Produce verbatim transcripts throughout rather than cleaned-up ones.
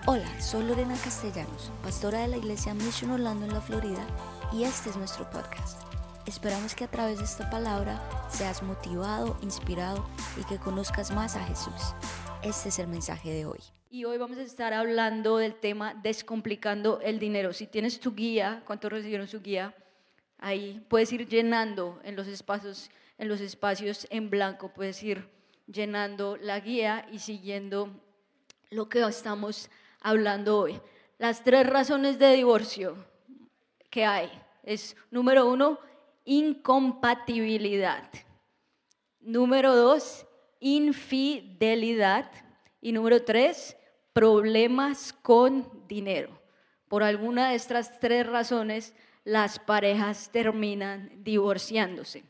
Hola, soy Lorena Castellanos, pastora de la iglesia Mission Orlando en la Florida, y este es nuestro podcast. Esperamos que a través de esta palabra seas motivado, inspirado y que conozcas más a Jesús. Este es el mensaje de hoy. Y hoy vamos a estar hablando del tema descomplicando el dinero. Si tienes tu guía, ¿cuántos recibieron su guía? Ahí puedes ir llenando en los espacios, en los espacios en blanco, puedes ir llenando la guía y siguiendo lo que estamos hablando hoy. Las tres razones de divorcio que hay es, número uno, incompatibilidad. Número dos, infidelidad. Y número tres, problemas con dinero. Por alguna de estas tres razones, las parejas terminan divorciándose.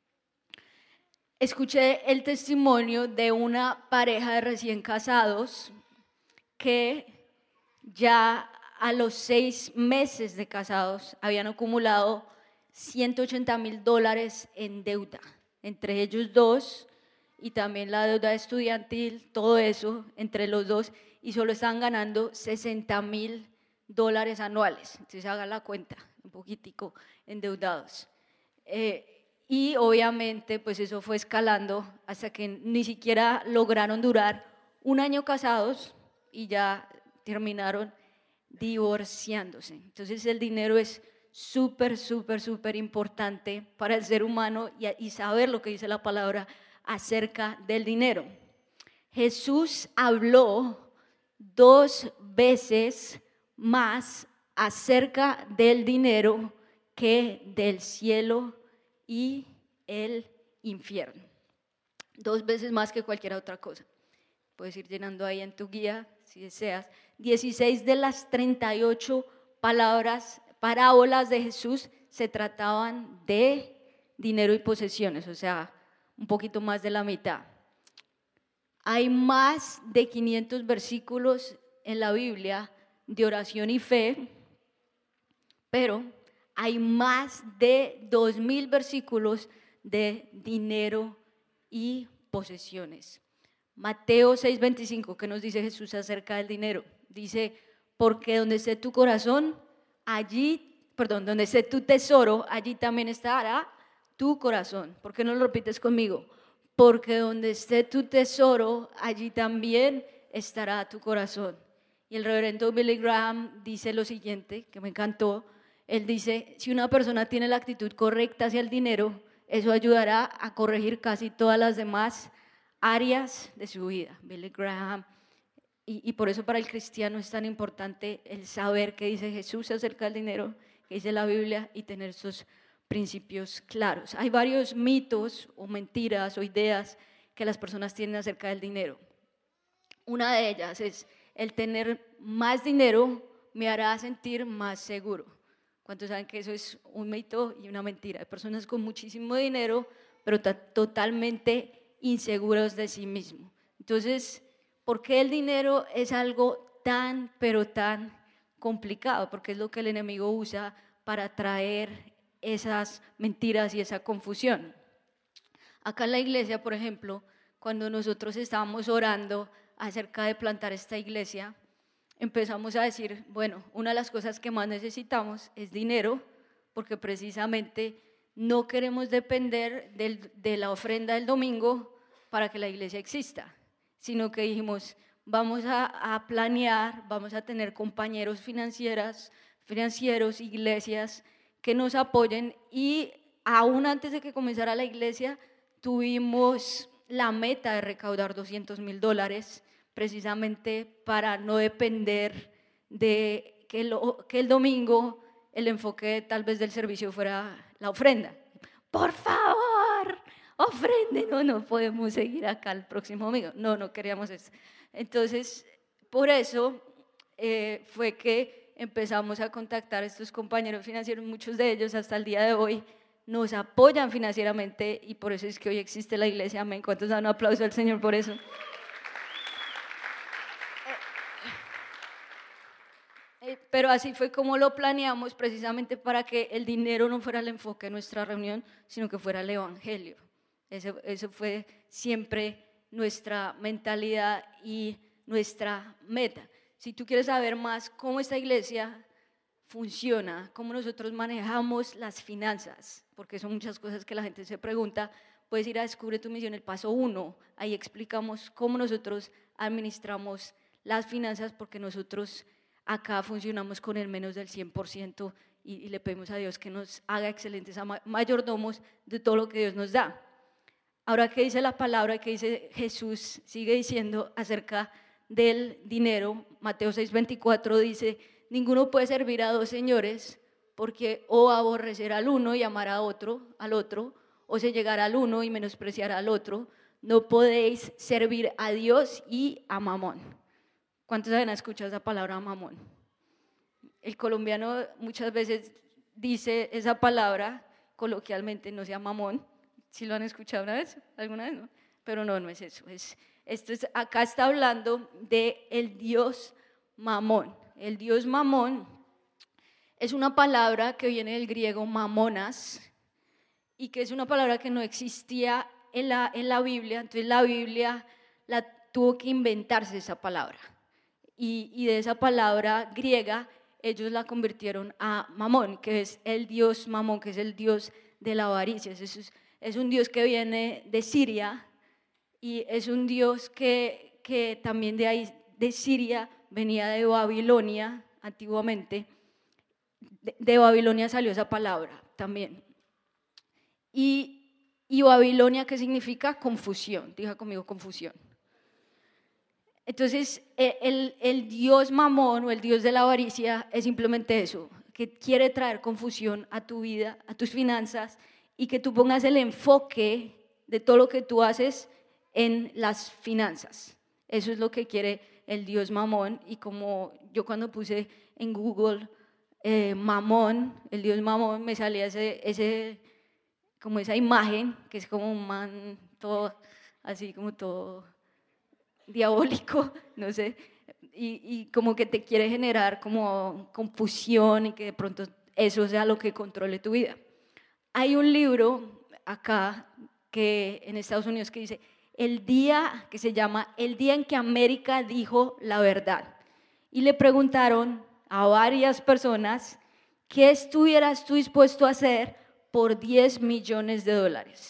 Escuché el testimonio de una pareja de recién casados que ya a los seis meses de casados habían acumulado ciento ochenta mil dólares en deuda, entre ellos dos, y también la deuda estudiantil, todo eso entre los dos, y solo están ganando sesenta mil dólares anuales. Entonces hagan la cuenta, un poquitico endeudados. Eh, y obviamente pues eso fue escalando hasta que ni siquiera lograron durar un año casados y ya terminaron divorciándose. Entonces el dinero es súper, súper, súper importante para el ser humano y, y saber lo que dice la palabra acerca del dinero. Jesús habló dos veces más acerca del dinero que del cielo y el infierno. Dos veces más que cualquier otra cosa. Puedes ir llenando ahí en tu guía si deseas. dieciséis de las treinta y ocho palabras, parábolas de Jesús se trataban de dinero y posesiones, o sea, un poquito más de la mitad. Hay más de quinientos versículos en la Biblia de oración y fe, pero hay más de dos mil versículos de dinero y posesiones. Mateo seis veinticinco, ¿qué nos dice Jesús acerca del dinero? Dice, porque donde esté tu corazón, allí, perdón, donde esté tu tesoro, allí también estará tu corazón. ¿Por qué no lo repites conmigo? Porque donde esté tu tesoro, allí también estará tu corazón. Y el reverendo Billy Graham dice lo siguiente, que me encantó. Él dice, si una persona tiene la actitud correcta hacia el dinero, eso ayudará a corregir casi todas las demás áreas de su vida. Billy Graham. Y, y por eso para el cristiano es tan importante el saber qué dice Jesús acerca del dinero, qué dice la Biblia, y tener esos principios claros. Hay varios mitos o mentiras o ideas que las personas tienen acerca del dinero. Una de ellas es, el tener más dinero me hará sentir más seguro. ¿Cuántos saben que eso es un mito y una mentira? Hay personas con muchísimo dinero, pero totalmente inseguros de sí mismos. Entonces, ¿por qué el dinero es algo tan, pero tan complicado? Porque es lo que el enemigo usa para traer esas mentiras y esa confusión. Acá en la iglesia, por ejemplo, cuando nosotros estábamos orando acerca de plantar esta iglesia, empezamos a decir, bueno, una de las cosas que más necesitamos es dinero, porque precisamente no queremos depender del, de la ofrenda del domingo para que la iglesia exista, sino que dijimos, vamos a, a planear, vamos a tener compañeros financieras, financieros, iglesias que nos apoyen, y aún antes de que comenzara la iglesia tuvimos la meta de recaudar doscientos mil dólares precisamente para no depender de que, lo, que el domingo el enfoque tal vez del servicio fuera la ofrenda. Por favor, ofrende, no, no podemos seguir acá el próximo domingo. No, no queríamos eso. Entonces, por eso eh, fue que empezamos a contactar a estos compañeros financieros, muchos de ellos hasta el día de hoy nos apoyan financieramente, y por eso es que hoy existe la iglesia. Amén. ¿Cuántos dan un aplauso al Señor por eso? Pero así fue como lo planeamos, precisamente para que el dinero no fuera el enfoque de nuestra reunión, sino que fuera el evangelio. Eso, eso fue siempre nuestra mentalidad y nuestra meta. si tú quieres saber más cómo esta iglesia funciona, cómo nosotros manejamos las finanzas, porque son muchas cosas que la gente se pregunta, puedes ir a Descubre tu Misión, el paso uno, ahí explicamos cómo nosotros administramos las finanzas, porque nosotros acá funcionamos con el menos del cien por ciento y, y le pedimos a Dios que nos haga excelentes mayordomos de todo lo que Dios nos da. Ahora, ¿qué dice la palabra? ¿Qué dice Jesús? Sigue diciendo acerca del dinero. Mateo seis veinticuatro dice, ninguno puede servir a dos señores, porque o aborrecerá al uno y amará a otro, al otro, o se llegará al uno y menospreciará al otro. No podéis servir a Dios y a Mamón. ¿Cuántos han escuchado esa palabra Mamón? El colombiano muchas veces dice esa palabra coloquialmente, no sea Mamón. ¿Sí lo han escuchado una vez? ¿Alguna vez? No. Pero no, no es eso. Es, esto es, acá está hablando de el Dios Mamón. El Dios Mamón es una palabra que viene del griego mamonas y que es una palabra que no existía en la, en la Biblia. Entonces la Biblia la tuvo que inventarse esa palabra. Y, y de esa palabra griega ellos la convirtieron a Mamón, que es el Dios Mamón, que es el Dios de la avaricia. Es, es un Dios que viene de Siria y es un Dios que, que también de ahí, de Siria, venía de Babilonia antiguamente. De, de Babilonia salió esa palabra también. Y, y Babilonia, ¿qué significa? Confusión. Diga conmigo, confusión. Entonces, el, el Dios Mamón o el Dios de la avaricia es simplemente eso, que quiere traer confusión a tu vida, a tus finanzas, y que tú pongas el enfoque de todo lo que tú haces en las finanzas. Eso es lo que quiere el Dios Mamón. Y como yo cuando puse en Google eh, Mamón, el Dios Mamón, me salía ese, ese, como esa imagen, que es como un man todo, así como todo diabólico, no sé, y, y como que te quiere generar como confusión y que de pronto eso sea lo que controle tu vida. Hay un libro acá que en Estados Unidos que dice el día, que se llama El día en que América dijo la verdad, y le preguntaron a varias personas ¿qué estuvieras tú dispuesto a hacer por diez millones de dólares?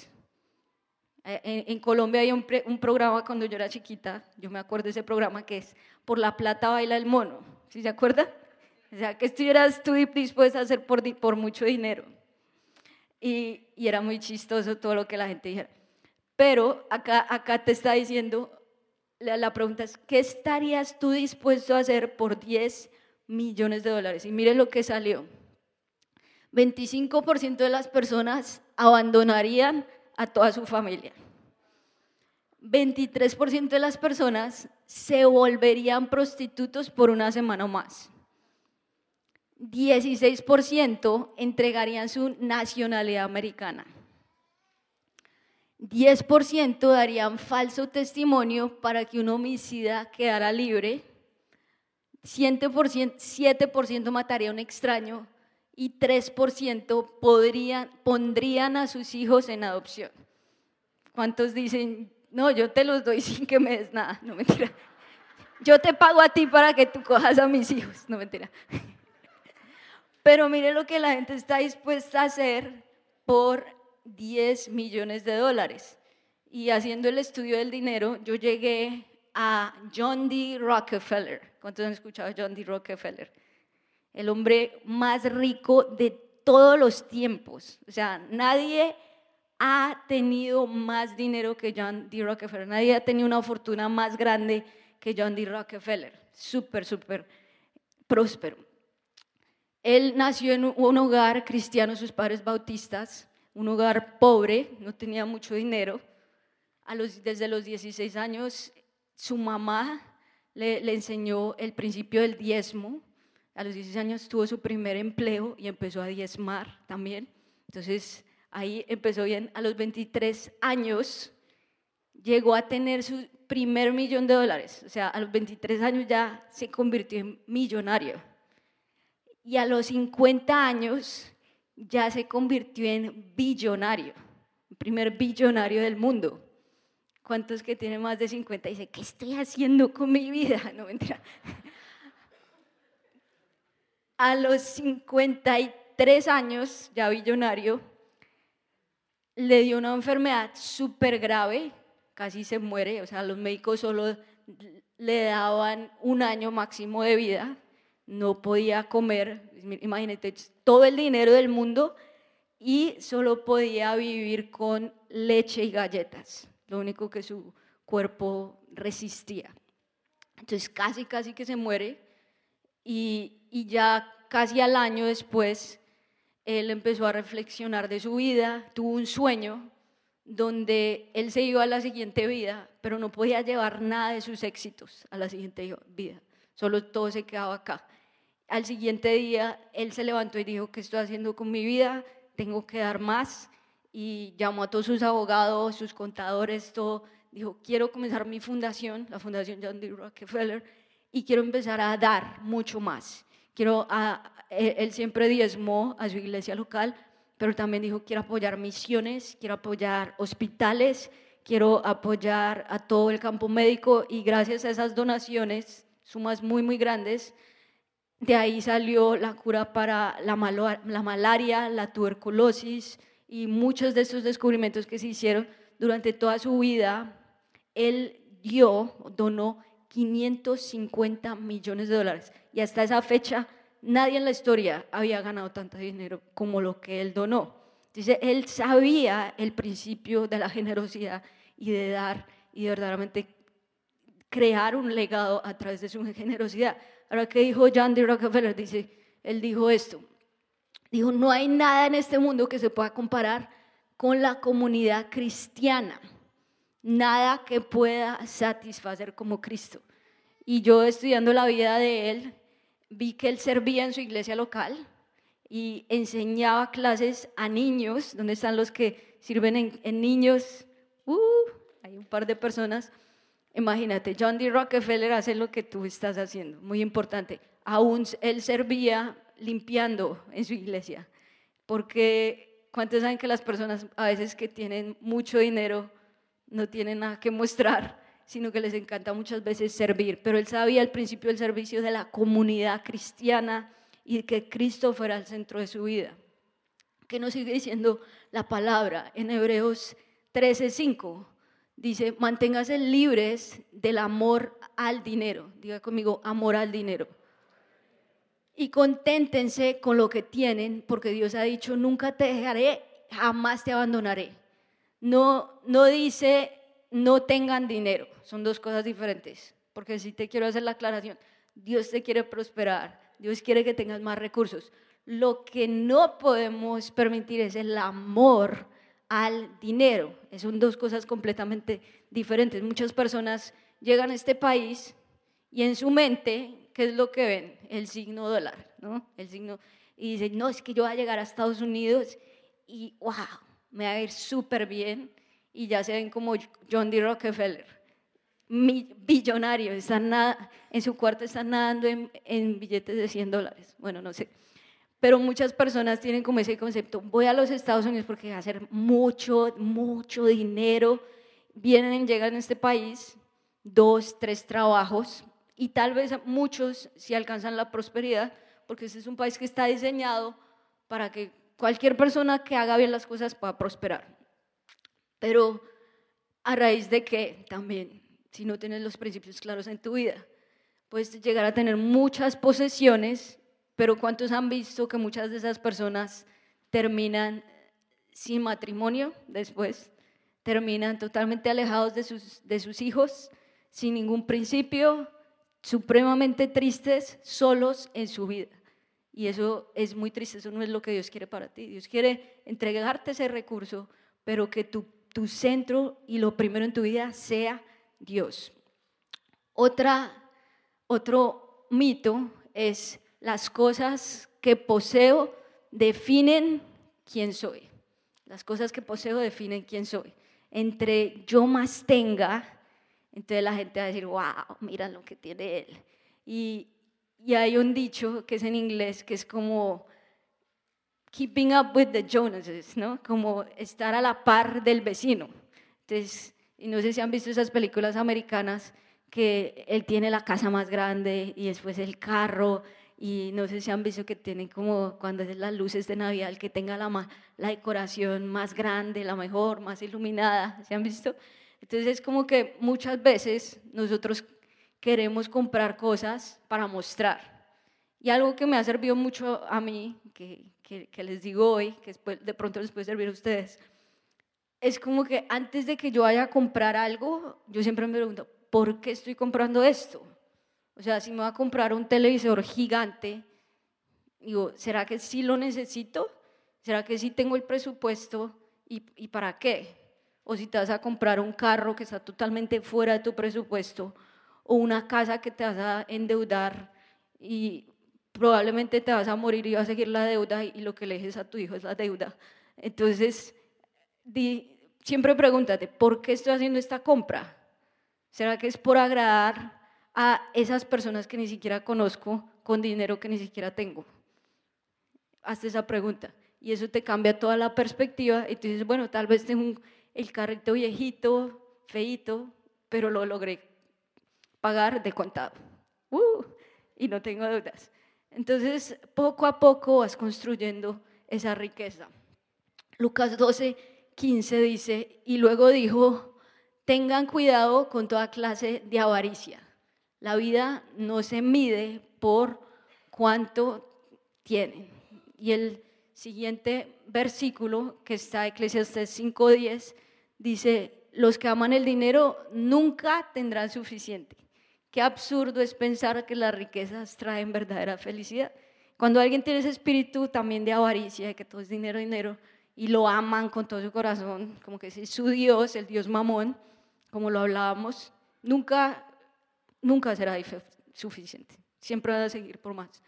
En, en Colombia hay un, pre, un programa cuando yo era chiquita, yo me acuerdo de ese programa que es Por la plata baila el mono, ¿sí se acuerdan? O sea, ¿qué estuvieras tú dispuesta a hacer por, por mucho dinero? Y, y era muy chistoso todo lo que la gente dijera. Pero acá, acá te está diciendo, la, la pregunta es, ¿qué estarías tú dispuesto a hacer por diez millones de dólares? Y mire lo que salió. veinticinco por ciento de las personas abandonarían a toda su familia. veintitrés por ciento de las personas se volverían prostitutos por una semana o más. dieciséis por ciento entregarían su nacionalidad americana. diez por ciento darían falso testimonio para que un homicida quedara libre. siete por ciento, siete por ciento mataría a un extraño. Y tres por ciento podrían, pondrían a sus hijos en adopción. ¿Cuántos dicen, no, yo te los doy sin que me des nada? No, mentira. Yo te pago a ti para que tú cojas a mis hijos. No, mentira. Pero mire lo que la gente está dispuesta a hacer por diez millones de dólares. Y haciendo el estudio del dinero, yo llegué a John D. Rockefeller. ¿Cuántos han escuchado a John D. Rockefeller? El hombre más rico de todos los tiempos. O sea, nadie ha tenido más dinero que John D. Rockefeller. Nadie ha tenido una fortuna más grande que John D. Rockefeller. Súper, súper próspero. Él nació en un hogar cristiano, sus padres bautistas, un hogar pobre, no tenía mucho dinero. A los, desde los dieciséis años, su mamá le, le enseñó el principio del diezmo. A los dieciséis años tuvo su primer empleo y empezó a diezmar también. Entonces ahí empezó bien. A los veintitrés años llegó a tener su primer millón de dólares. O sea, a los veintitrés años ya se convirtió en millonario. Y a los cincuenta años ya se convirtió en billonario, el primer billonario del mundo. ¿Cuántos que tienen más de cincuenta dicen, ¿qué estoy haciendo con mi vida? No, mentira. A los cincuenta y tres años, ya billonario, le dio una enfermedad súper grave, casi se muere, o sea, los médicos solo le daban un año máximo de vida, no podía comer, imagínate, todo el dinero del mundo y solo podía vivir con leche y galletas, lo único que su cuerpo resistía. Entonces casi, casi que se muere y, y ya casi al año después él empezó a reflexionar de su vida, tuvo un sueño donde él se iba a la siguiente vida, pero no podía llevar nada de sus éxitos a la siguiente vida, solo todo se quedaba acá. Al siguiente día él se levantó y dijo: ¿qué estoy haciendo con mi vida? Tengo que dar más, y llamó a todos sus abogados, sus contadores, todo. Dijo: quiero comenzar mi fundación, la Fundación John D. Rockefeller, y quiero empezar a dar mucho más. Quiero a, él siempre diezmó a su iglesia local, pero también dijo: quiero apoyar misiones, quiero apoyar hospitales, quiero apoyar a todo el campo médico, y gracias a esas donaciones, sumas muy muy grandes, de ahí salió la cura para la, malo, la malaria, la tuberculosis y muchos de estos descubrimientos que se hicieron durante toda su vida. Él dio, donó quinientos cincuenta millones de dólares y hasta esa fecha nadie en la historia había ganado tanto dinero como lo que él donó. Entonces él sabía el principio de la generosidad y de dar y de verdaderamente crear un legado a través de su generosidad. Ahora, ¿qué dijo John D. Rockefeller? Dice, él dijo esto, dijo: no hay nada en este mundo que se pueda comparar con la comunidad cristiana, nada que pueda satisfacer como Cristo. Y yo, estudiando la vida de él, vi que él servía en su iglesia local y enseñaba clases a niños. ¿Dónde están los que sirven en, en niños? Uh, hay un par de personas. Imagínate, John D. Rockefeller hace lo que tú estás haciendo, muy importante. Aún él servía limpiando en su iglesia, porque ¿cuántos saben que las personas a veces que tienen mucho dinero no tienen nada que mostrar, sino que les encanta muchas veces servir? Pero él sabía al principio el servicio de la comunidad cristiana y que Cristo fuera el centro de su vida. ¿Qué nos sigue diciendo la palabra? En Hebreos trece cinco dice: manténganse libres del amor al dinero. Diga conmigo: amor al dinero. Y conténtense con lo que tienen, porque Dios ha dicho: nunca te dejaré, jamás te abandonaré. No, no dice no tengan dinero, son dos cosas diferentes, porque si te quiero hacer la aclaración, Dios te quiere prosperar, Dios quiere que tengas más recursos. Lo que no podemos permitir es el amor al dinero, son dos cosas completamente diferentes. Muchas personas llegan a este país y en su mente, ¿qué es lo que ven? El signo dólar, ¿no? El signo, y dicen: no, es que yo voy a llegar a Estados Unidos y wow, me va a ir súper bien, y ya se ven como John D. Rockefeller, billonarios, están nada, en su cuarto están nadando en, en billetes de cien dólares, bueno, no sé. Pero muchas personas tienen como ese concepto: voy a los Estados Unidos porque va a hacer mucho, mucho dinero. Vienen, llegan a este país, dos, tres trabajos, y tal vez muchos sí alcanzan la prosperidad, porque este es un país que está diseñado para que cualquier persona que haga bien las cosas pueda prosperar. Pero a raíz de que también, si no tienes los principios claros en tu vida, puedes llegar a tener muchas posesiones. Pero ¿cuántos han visto que muchas de esas personas terminan sin matrimonio después? Terminan totalmente alejados de sus, de sus hijos, sin ningún principio, supremamente tristes, solos en su vida. Y eso es muy triste, eso no es lo que Dios quiere para ti. Dios quiere entregarte ese recurso, pero que tu, tu centro y lo primero en tu vida sea Dios. Otra, otro mito es: las cosas que poseo definen quién soy. Las cosas que poseo definen quién soy. Entre yo más tenga, entonces la gente va a decir: wow, mira lo que tiene él. Y, y hay un dicho que es en inglés que es como keeping up with the Joneses, ¿no? Como estar a la par del vecino. Entonces, y no sé si han visto esas películas americanas que él tiene la casa más grande y después el carro y no sé si han visto que tienen como cuando es las luces de Navidad, el que tenga la, ma- la decoración más grande, la mejor, más iluminada, ¿se han visto? Entonces es como que muchas veces nosotros queremos comprar cosas para mostrar. Y algo que me ha servido mucho a mí, que, que, que les digo hoy, que después, de pronto les puede servir a ustedes, es como que antes de que yo vaya a comprar algo, yo siempre me pregunto, ¿por qué estoy comprando esto? O sea, si me voy a comprar un televisor gigante, digo, ¿será que sí lo necesito? ¿Será que sí tengo el presupuesto? ¿Y, y para qué? O si te vas a comprar un carro que está totalmente fuera de tu presupuesto, o una casa que te vas a endeudar y probablemente te vas a morir y vas a seguir la deuda y lo que le dejes a tu hijo es la deuda. Entonces, di, siempre pregúntate, ¿por qué estoy haciendo esta compra? ¿Será que es por agradar a esas personas que ni siquiera conozco con dinero que ni siquiera tengo? Hazte esa pregunta y eso te cambia toda la perspectiva y tú dices, bueno, tal vez tengo un, el carrito viejito, feíto, pero lo logré pagar de contado uh, y no tengo deudas. Entonces, poco a poco vas construyendo esa riqueza. Lucas doce, quince dice, y luego dijo, tengan cuidado con toda clase de avaricia. La vida no se mide por cuánto tienen. Y el siguiente versículo, que está en Eclesiastés cinco diez, dice, los que aman el dinero nunca tendrán suficiente. Qué absurdo es pensar que las riquezas traen verdadera felicidad. Cuando alguien tiene ese espíritu también de avaricia, de que todo es dinero, dinero, y lo aman con todo su corazón, como que ese es su Dios, el Dios Mamón, como lo hablábamos, nunca, nunca será suficiente. Siempre van a seguir por más.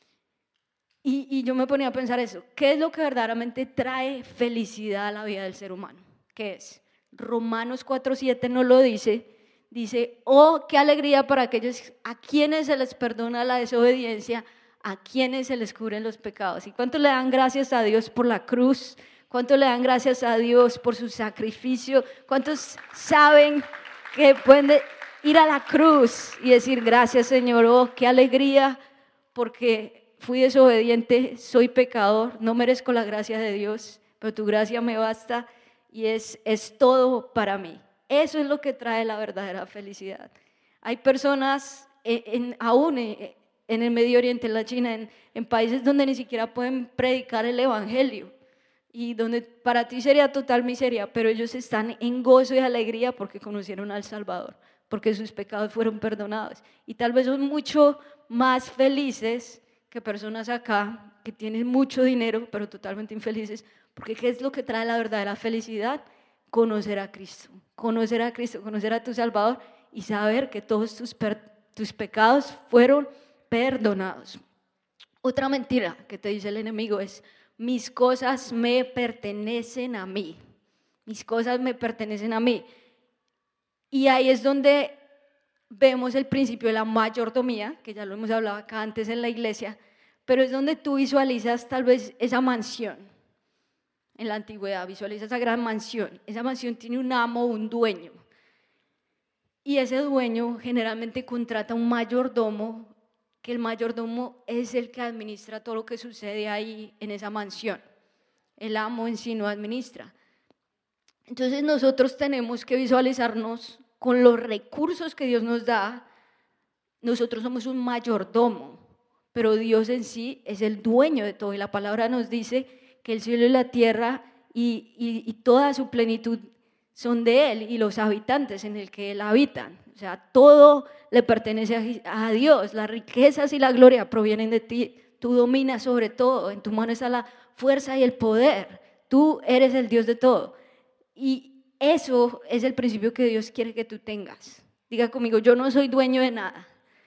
Y, y yo me ponía a pensar eso, ¿qué es lo que verdaderamente trae felicidad a la vida del ser humano? ¿Qué es? Romanos cuatro siete nos lo dice, dice, oh, qué alegría para aquellos a quienes se les perdona la desobediencia, a quienes se les cubren los pecados. ¿Y cuánto le dan gracias a Dios por la cruz? ¿Cuánto le dan gracias a Dios por su sacrificio? ¿Cuántos saben que pueden ir a la cruz y decir, gracias Señor, oh, qué alegría, porque fui desobediente, soy pecador, no merezco la gracia de Dios, pero tu gracia me basta y es, es todo para mí. Eso es lo que trae la verdadera felicidad. Hay personas, en, en, aún en, en el Medio Oriente, en la China, en, en países donde ni siquiera pueden predicar el evangelio y donde para ti sería total miseria, pero ellos están en gozo y alegría porque conocieron al Salvador, porque sus pecados fueron perdonados y tal vez son mucho más felices que personas acá que tienen mucho dinero pero totalmente infelices, porque ¿qué es lo que trae la verdadera felicidad? Conocer a Cristo, conocer a Cristo, conocer a tu Salvador y saber que todos tus, per, tus pecados fueron perdonados. Otra mentira que te dice el enemigo es, mis cosas me pertenecen a mí, mis cosas me pertenecen a mí. Y ahí es donde vemos el principio de la mayordomía, que ya lo hemos hablado acá antes en la iglesia, pero es donde tú visualizas tal vez esa mansión. En la antigüedad visualizas esa gran mansión. Esa mansión tiene un amo, un dueño. Y ese dueño generalmente contrata un mayordomo, que el mayordomo es el que administra todo lo que sucede ahí en esa mansión. El amo en sí no administra. Entonces nosotros tenemos que visualizarnos con los recursos que Dios nos da. Nosotros somos un mayordomo, pero Dios en sí es el dueño de todo. Y la palabra nos dice que el cielo y la tierra y, y, y toda su plenitud son de Él y los habitantes en el que Él habitan. O sea, todo le pertenece a, a Dios. Las riquezas y la gloria provienen de ti. Tú dominas sobre todo. En tu mano está la fuerza y el poder. Tú eres el Dios de todo. Y eso es el principio que Dios quiere que tú tengas. Diga conmigo, yo no soy dueño de nada.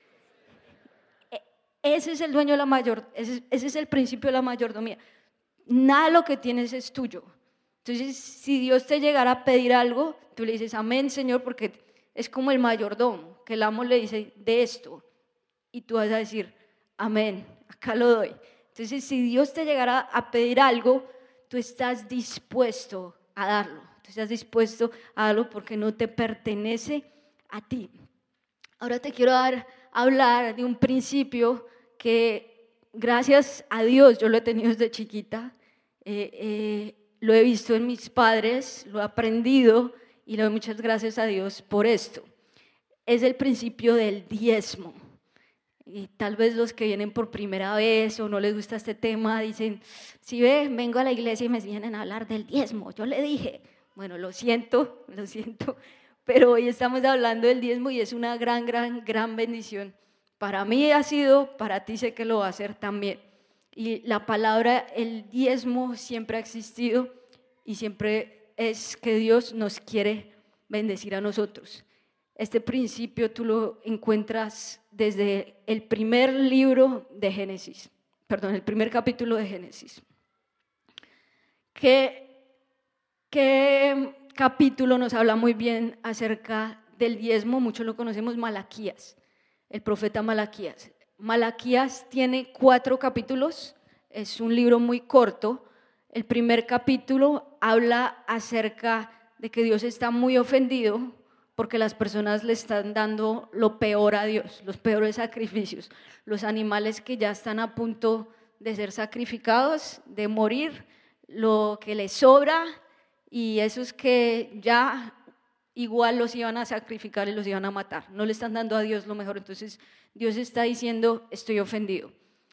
Ese es el dueño de la mayor, ese, ese es el principio de la mayordomía. Nada de lo que tienes es tuyo. Entonces, si Dios te llegara a pedir algo, tú le dices, amén, Señor, porque es como el mayordomo, que el amo le dice, de esto, y tú vas a decir, amén, acá lo doy. Entonces, si Dios te llegara a pedir algo, tú estás dispuesto a darlo, tú estás dispuesto a darlo porque no te pertenece a ti. Ahora te quiero dar, hablar de un principio que gracias a Dios, yo lo he tenido desde chiquita, eh, eh, lo he visto en mis padres, lo he aprendido y le doy muchas gracias a Dios por esto. Es el principio del diezmo. Y tal vez los que vienen por primera vez o no les gusta este tema dicen, si ve, vengo a la iglesia y me vienen a hablar del diezmo, yo le dije, bueno, lo siento, lo siento, pero hoy estamos hablando del diezmo y es una gran, gran, gran bendición. Para mí ha sido, para ti sé que lo va a hacer también. Y la palabra, el diezmo siempre ha existido y siempre es que Dios nos quiere bendecir a nosotros. Este principio tú lo encuentras desde el primer libro de Génesis, perdón, el primer capítulo de Génesis. ¿Qué, qué capítulo nos habla muy bien acerca del diezmo? Muchos lo conocemos, Malaquías, el profeta Malaquías. Malaquías tiene cuatro capítulos, es un libro muy corto. El primer capítulo habla acerca de que Dios está muy ofendido porque las personas le están dando lo peor a Dios, los peores sacrificios, los animales que ya están a punto de ser sacrificados, de morir, lo que les sobra y esos que ya igual los iban a sacrificar y los iban a matar, no le están dando a Dios lo mejor. Entonces Dios está diciendo, estoy ofendido.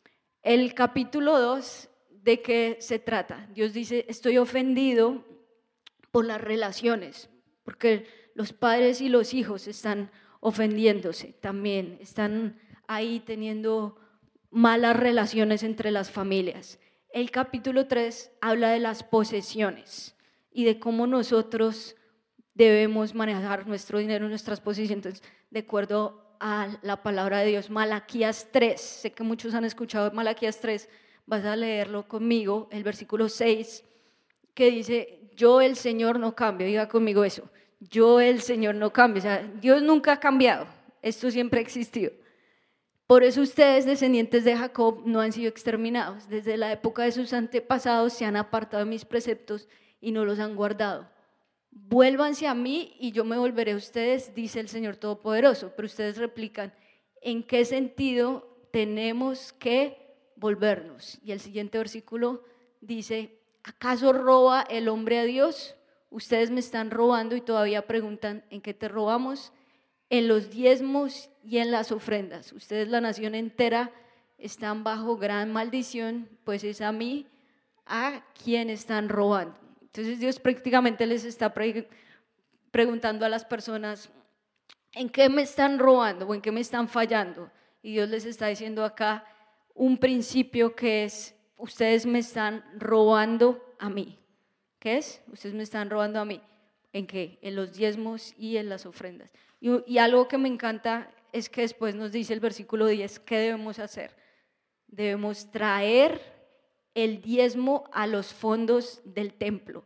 El capítulo dos, ¿de qué se trata? Dios dice, estoy ofendido por las relaciones, porque los padres y los hijos están ofendiéndose también, están ahí teniendo malas relaciones entre las familias. El capítulo tres habla de las posesiones y de cómo nosotros debemos manejar nuestro dinero, nuestras posesiones, de acuerdo a la palabra de Dios. Malaquías tres, sé que muchos han escuchado Malaquías tres, vas a leerlo conmigo, el versículo seis, que dice, yo el Señor no cambio, diga conmigo eso. Yo el Señor no cambio, o sea, Dios nunca ha cambiado, esto siempre ha existido. Por eso ustedes, descendientes de Jacob, no han sido exterminados. Desde la época de sus antepasados se han apartado de mis preceptos y no los han guardado. Vuélvanse a mí y yo me volveré a ustedes, dice el Señor Todopoderoso. Pero ustedes replican, ¿en qué sentido tenemos que volvernos? Y el siguiente versículo dice, ¿acaso roba el hombre a Dios? Ustedes me están robando y todavía preguntan, ¿en qué te robamos? En los diezmos y en las ofrendas. Ustedes, la nación entera, están bajo gran maldición, pues es a mí a quien están robando. Entonces Dios prácticamente les está pre- preguntando a las personas, ¿en qué me están robando o en qué me están fallando? Y Dios les está diciendo acá un principio que es, ustedes me están robando a mí. ¿Qué es? Ustedes me están robando a mí. ¿En qué? En los diezmos y en las ofrendas. Y, y algo que me encanta es que después nos dice el versículo diez, ¿qué debemos hacer? Debemos traer el diezmo a los fondos del templo.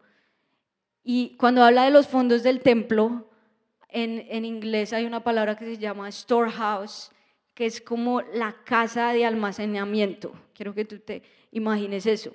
Y cuando habla de los fondos del templo, en, en inglés hay una palabra que se llama storehouse, que es como la casa de almacenamiento. Quiero que tú te imagines eso.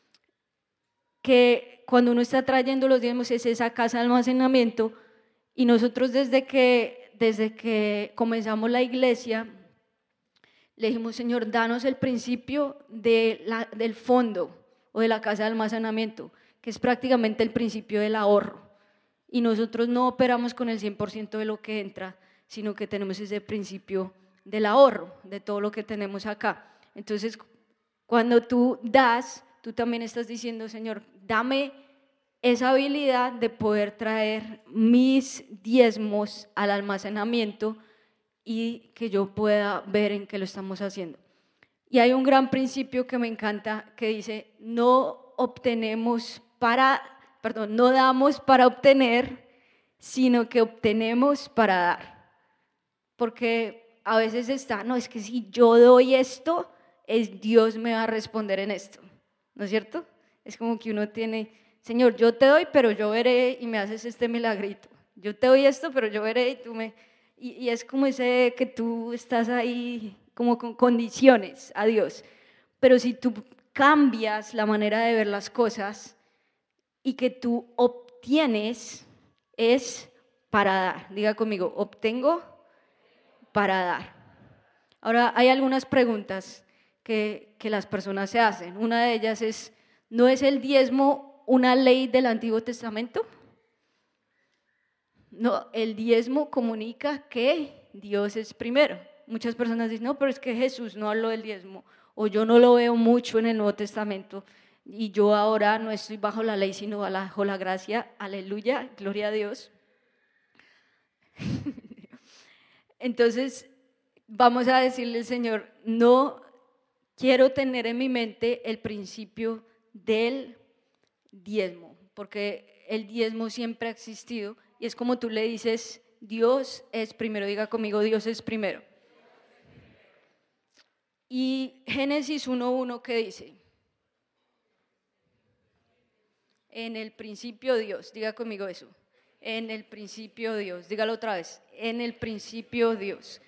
Que cuando uno está trayendo los diezmos es esa casa de almacenamiento, y nosotros desde que, desde que comenzamos la iglesia le dijimos, Señor, danos el principio de la, del fondo o de la casa de almacenamiento, que es prácticamente el principio del ahorro, y nosotros no operamos con el cien por ciento de lo que entra, sino que tenemos ese principio del ahorro, de todo lo que tenemos acá. Entonces cuando tú das, tú también estás diciendo, Señor, dame esa habilidad de poder traer mis diezmos al almacenamiento y que yo pueda ver en qué lo estamos haciendo. Y hay un gran principio que me encanta que dice, no obtenemos para, perdón, no damos para obtener, sino que obtenemos para dar. Porque a veces está, no, es que si yo doy esto, es Dios me va a responder en esto, ¿no es cierto? Es como que uno tiene, Señor, yo te doy, pero yo veré y me haces este milagrito. Yo te doy esto, pero yo veré y tú me... Y, y es como ese que tú estás ahí como con condiciones a Dios. Pero si tú cambias la manera de ver las cosas y que tú obtienes, es para dar. Diga conmigo, obtengo para dar. Ahora hay algunas preguntas que, que las personas se hacen. Una de ellas es, ¿no es el diezmo una ley del Antiguo Testamento? No, el diezmo comunica que Dios es primero. Muchas personas dicen, no, pero es que Jesús no habló del diezmo, o yo no lo veo mucho en el Nuevo Testamento, y yo ahora no estoy bajo la ley, sino bajo la gracia. Aleluya, gloria a Dios. Entonces, vamos a decirle al Señor, no quiero tener en mi mente el principio del diezmo, porque el diezmo siempre ha existido, y es como tú le dices, Dios es primero. Diga conmigo, Dios es primero. Y Génesis uno uno, ¿qué dice? En el principio Dios, diga conmigo eso. En el principio Dios, dígalo otra vez. En el principio Dios.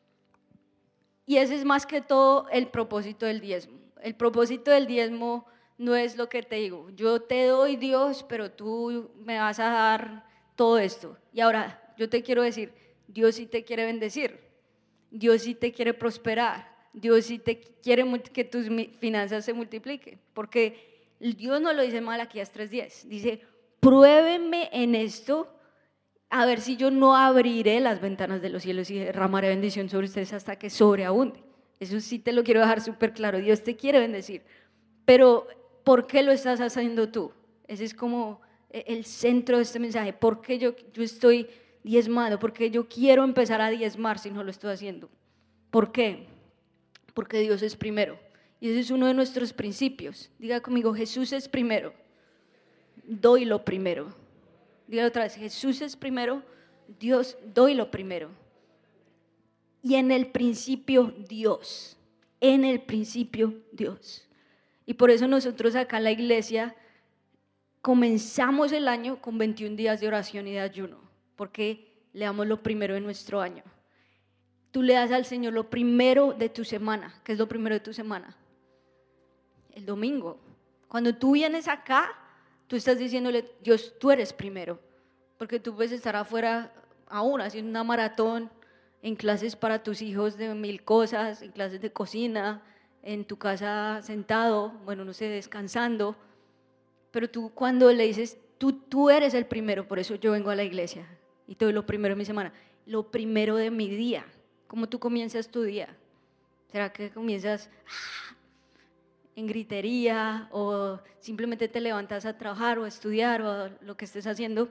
Y ese es más que todo el propósito del diezmo. El propósito del diezmo no es lo que te digo. Yo te doy, Dios, pero tú me vas a dar todo esto. Y ahora, yo te quiero decir, Dios sí te quiere bendecir. Dios sí te quiere prosperar. Dios sí te quiere que tus finanzas se multipliquen. Porque Dios no lo dice Malaquías tres diez. Dice, pruébenme en esto, a ver si yo no abriré las ventanas de los cielos y derramaré bendición sobre ustedes hasta que sobreabunde. Eso sí te lo quiero dejar súper claro. Dios te quiere bendecir. Pero, ¿por qué lo estás haciendo tú? Ese es como el centro de este mensaje. ¿Por qué yo, yo estoy diezmando? ¿Por qué yo quiero empezar a diezmar si no lo estoy haciendo? ¿Por qué? Porque Dios es primero. Y ese es uno de nuestros principios. Diga conmigo, Jesús es primero. Doy lo primero. Diga otra vez, Jesús es primero, Dios, doy lo primero. Y en el principio Dios. En el principio Dios. Y por eso nosotros acá en la iglesia comenzamos el año con veintiún días de oración y de ayuno, porque le damos lo primero de nuestro año. Tú le das al Señor lo primero de tu semana. ¿Qué es lo primero de tu semana? El domingo. Cuando tú vienes acá, tú estás diciéndole, Dios, tú eres primero, porque tú puedes estar afuera aún haciendo una maratón, en clases para tus hijos de mil cosas, en clases de cocina, en tu casa sentado, bueno, no sé, descansando, pero tú cuando le dices, tú, tú eres el primero, por eso yo vengo a la iglesia y te doy lo primero de mi semana, lo primero de mi día. ¿Cómo tú comienzas tu día? ¿Será que comienzas ¡ah! en gritería o simplemente te levantas a trabajar o a estudiar o a lo que estés haciendo?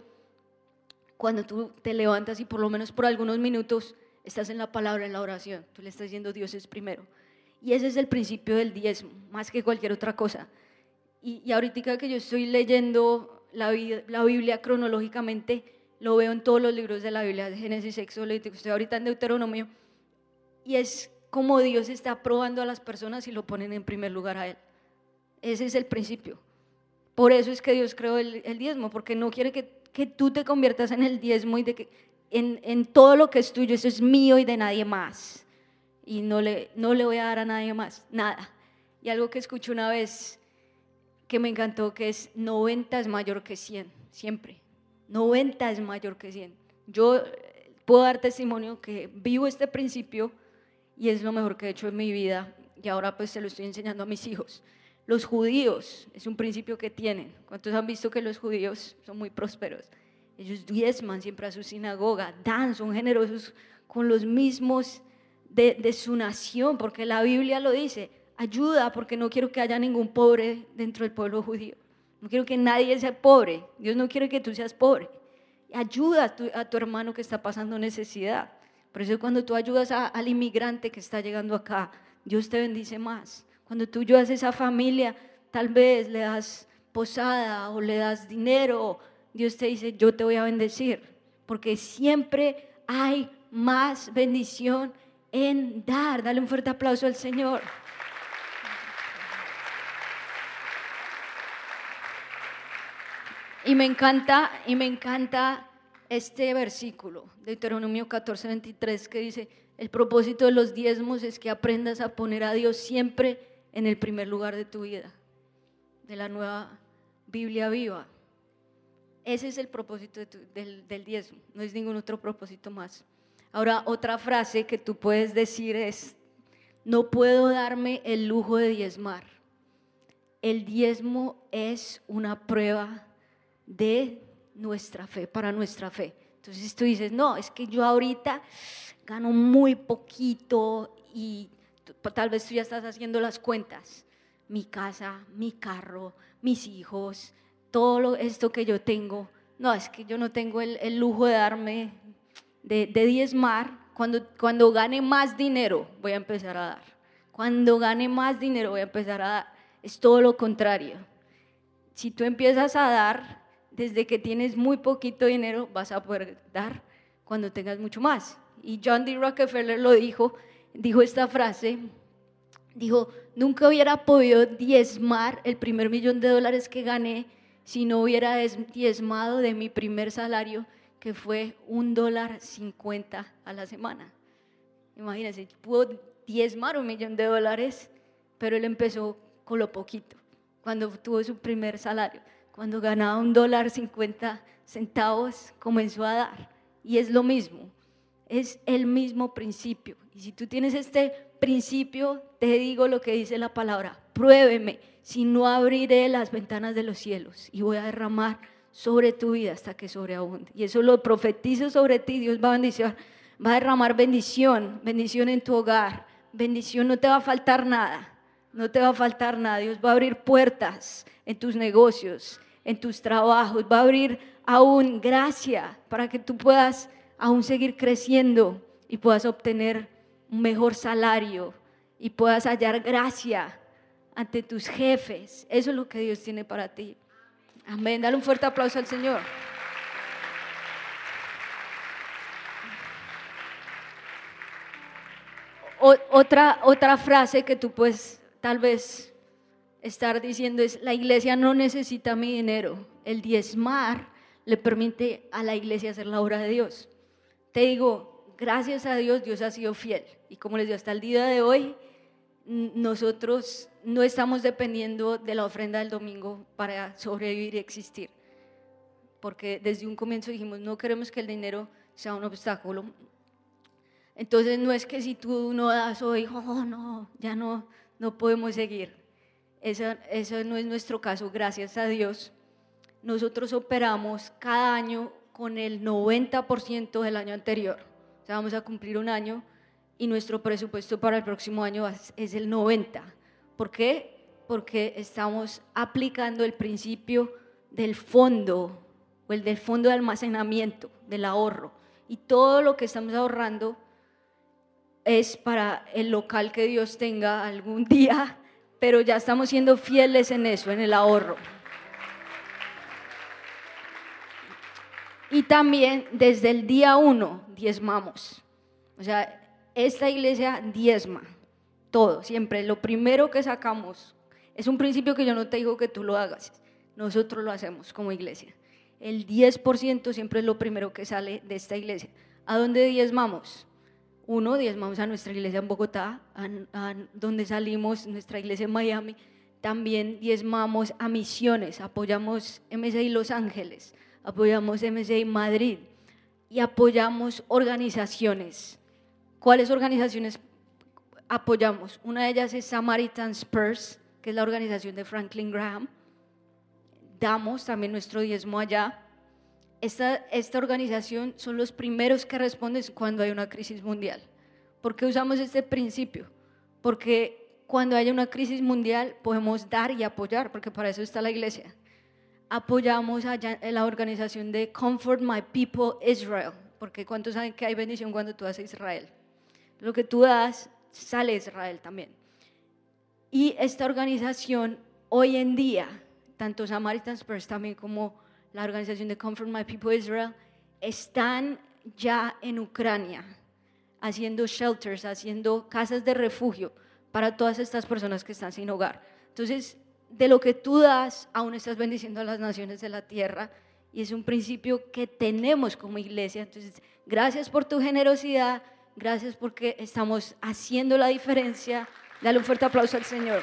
Cuando tú te levantas y por lo menos por algunos minutos estás en la palabra, en la oración, tú le estás diciendo Dios es primero. Y ese es el principio del diezmo, más que cualquier otra cosa. Y, y ahorita que yo estoy leyendo la, la Biblia cronológicamente, lo veo en todos los libros de la Biblia, de Génesis, Éxodo, Levítico, estoy ahorita en Deuteronomio, y es como Dios está probando a las personas y lo ponen en primer lugar a Él. Ese es el principio. Por eso es que Dios creó el, el diezmo, porque no quiere que, que tú te conviertas en el diezmo y de que en, en todo lo que es tuyo, eso es mío y de nadie más. Y no le, no le voy a dar a nadie más, nada. Y algo que escuché una vez que me encantó, que es noventa es mayor que cien, siempre. noventa es mayor que cien. Yo puedo dar testimonio que vivo este principio y es lo mejor que he hecho en mi vida y ahora pues se lo estoy enseñando a mis hijos. Los judíos es un principio que tienen. ¿Cuántos han visto que los judíos son muy prósperos? Ellos diezman siempre a su sinagoga, dan, son generosos con los mismos de, de su nación, porque la Biblia lo dice, ayuda porque no quiero que haya ningún pobre dentro del pueblo judío. No quiero que nadie sea pobre. Dios no quiere que tú seas pobre. Ayuda a tu, a tu hermano que está pasando necesidad. Por eso cuando tú ayudas a, al inmigrante que está llegando acá, Dios te bendice más. Cuando tú ayudas a esa familia, tal vez le das posada o le das dinero, Dios te dice, yo te voy a bendecir. Porque siempre hay más bendición en dar. Dale un fuerte aplauso al Señor. Y me encanta, y me encanta este versículo, Deuteronomio catorce veintitrés, que dice, el propósito de los diezmos es que aprendas a poner a Dios siempre en el primer lugar de tu vida, de la nueva Biblia viva. Ese es el propósito de tu, del, del diezmo, no es ningún otro propósito más. Ahora, otra frase que tú puedes decir es, no puedo darme el lujo de diezmar. El diezmo es una prueba de nuestra fe, para nuestra fe. Entonces tú dices, no, es que yo ahorita gano muy poquito y tal vez tú ya estás haciendo las cuentas. Mi casa, mi carro, mis hijos, todo lo, esto que yo tengo. No, es que yo no tengo el, el lujo de darme, de, de diezmar. Cuando, cuando gane más dinero voy a empezar a dar. Cuando gane más dinero voy a empezar a dar. Es todo lo contrario. Si tú empiezas a dar desde que tienes muy poquito dinero, vas a poder dar cuando tengas mucho más. Y John D. Rockefeller lo dijo, dijo esta frase, dijo, nunca hubiera podido diezmar el primer millón de dólares que gané si no hubiera diezmado de mi primer salario, que fue un dólar cincuenta a la semana. Imagínense, pudo diezmar un millón de dólares, pero él empezó con lo poquito, cuando tuvo su primer salario. Cuando ganaba un dólar cincuenta centavos, comenzó a dar. Y es lo mismo, es el mismo principio. Y si tú tienes este principio, te digo lo que dice la palabra, pruébeme, si no abriré las ventanas de los cielos y voy a derramar sobre tu vida hasta que sobreabunde. Y eso lo profetizo sobre ti, Dios va a bendecir, va a derramar bendición, bendición en tu hogar, bendición, no te va a faltar nada, no te va a faltar nada. Dios va a abrir puertas en tus negocios, en tus trabajos, va a abrir aún gracia para que tú puedas aún seguir creciendo y puedas obtener un mejor salario y puedas hallar gracia ante tus jefes. Eso es lo que Dios tiene para ti. Amén, dale un fuerte aplauso al Señor. O, otra, otra frase que tú puedes tal vez estar diciendo es, la iglesia no necesita mi dinero. El diezmar le permite a la iglesia hacer la obra de Dios. Te digo, gracias a Dios, Dios ha sido fiel. Y como les digo, hasta el día de hoy, nosotros no estamos dependiendo de la ofrenda del domingo para sobrevivir y existir. Porque desde un comienzo dijimos, no queremos que el dinero sea un obstáculo. Entonces no es que si tú no das hoy, oh no, ya no, no podemos seguir. Ese, ese no es nuestro caso, gracias a Dios. Nosotros operamos cada año con el noventa por ciento del año anterior. O sea, vamos a cumplir un año y nuestro presupuesto para el próximo año es el noventa por ciento. ¿Por qué? Porque estamos aplicando el principio del fondo o el del fondo de almacenamiento, del ahorro. Y todo lo que estamos ahorrando es para el local que Dios tenga algún día, pero ya estamos siendo fieles en eso, en el ahorro. Y también desde el día uno diezmamos. O sea, esta iglesia diezma todo, siempre. Lo primero que sacamos es un principio que yo no te digo que tú lo hagas, nosotros lo hacemos como iglesia. El diez por ciento siempre es lo primero que sale de esta iglesia. ¿A dónde diezmamos? Uno, diezmamos a nuestra iglesia en Bogotá, a, a donde salimos, nuestra iglesia en Miami. También diezmamos a misiones, apoyamos M S I Los Ángeles, apoyamos M S I Madrid y apoyamos organizaciones. ¿Cuáles organizaciones apoyamos? Una de ellas es Samaritan's Purse, que es la organización de Franklin Graham. Damos también nuestro diezmo allá. Esta, esta organización son los primeros que responden cuando hay una crisis mundial. ¿Por qué usamos este principio? Porque cuando haya una crisis mundial podemos dar y apoyar, porque para eso está la iglesia. Apoyamos allá en la organización de Comfort My People Israel, porque ¿cuántos saben que hay bendición cuando tú das a Israel? Lo que tú das sale de Israel también. Y esta organización hoy en día, tanto Samaritan's Purse también como la organización de Comfort My People Israel, están ya en Ucrania haciendo shelters, haciendo casas de refugio para todas estas personas que están sin hogar. Entonces, de lo que tú das, aún estás bendiciendo a las naciones de la tierra, y es un principio que tenemos como iglesia. Entonces, gracias por tu generosidad, gracias porque estamos haciendo la diferencia. Dale un fuerte aplauso al Señor.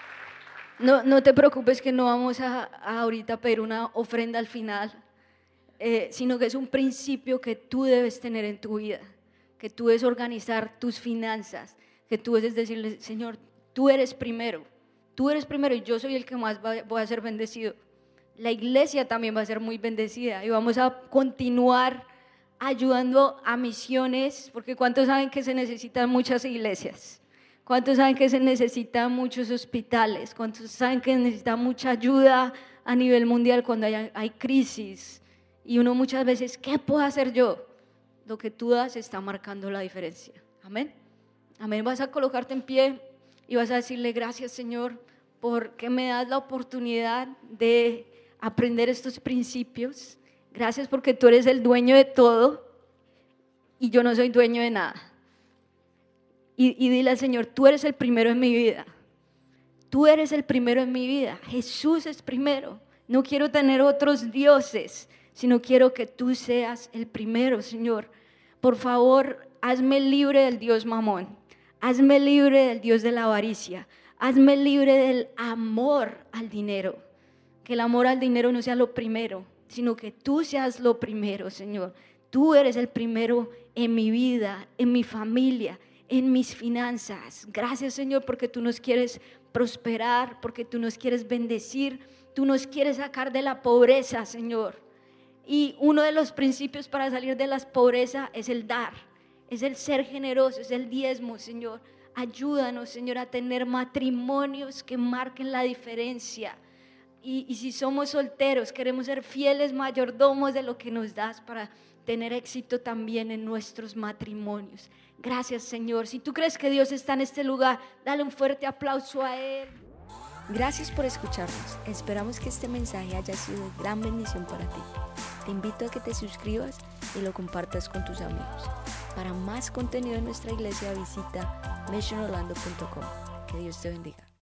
No, no te preocupes que no vamos a, a ahorita pedir una ofrenda al final. eh, sino que es un principio que tú debes tener en tu vida, que tú debes organizar tus finanzas, que tú debes decirle, Señor, tú eres primero, tú eres primero y yo soy el que más va, voy a ser bendecido. La iglesia también va a ser muy bendecida y vamos a continuar ayudando a misiones, porque ¿cuántos saben que se necesitan muchas iglesias? ¿Cuántos saben que se necesitan muchos hospitales? ¿Cuántos saben que necesitan mucha ayuda a nivel mundial cuando hay, hay crisis? Y uno muchas veces, ¿qué puedo hacer yo? Lo que tú das está marcando la diferencia. Amén. Amén. Vas a colocarte en pie y vas a decirle, gracias Señor, porque me das la oportunidad de aprender estos principios. Gracias porque tú eres el dueño de todo y yo no soy dueño de nada. Y, y dile al Señor, tú eres el primero en mi vida. Tú eres el primero en mi vida. Jesús es primero. No quiero tener otros dioses, sino quiero que tú seas el primero, Señor. Por favor, hazme libre del Dios Mamón. Hazme libre del Dios de la avaricia. Hazme libre del amor al dinero. Que el amor al dinero no sea lo primero, sino que tú seas lo primero, Señor. Tú eres el primero en mi vida, en mi familia, en mis finanzas. Gracias, Señor, porque tú nos quieres prosperar, porque tú nos quieres bendecir, tú nos quieres sacar de la pobreza, Señor. Y uno de los principios para salir de la pobreza es el dar, es el ser generoso, es el diezmo, Señor. Ayúdanos, Señor, a tener matrimonios que marquen la diferencia. Y, y si somos solteros, queremos ser fieles mayordomos de lo que nos das para tener éxito también en nuestros matrimonios. Gracias, Señor. Si tú crees que Dios está en este lugar, dale un fuerte aplauso a Él. Gracias por escucharnos. Esperamos que este mensaje haya sido de gran bendición para ti. Te invito a que te suscribas y lo compartas con tus amigos. Para más contenido en nuestra iglesia, visita mission orlando punto com. Que Dios te bendiga.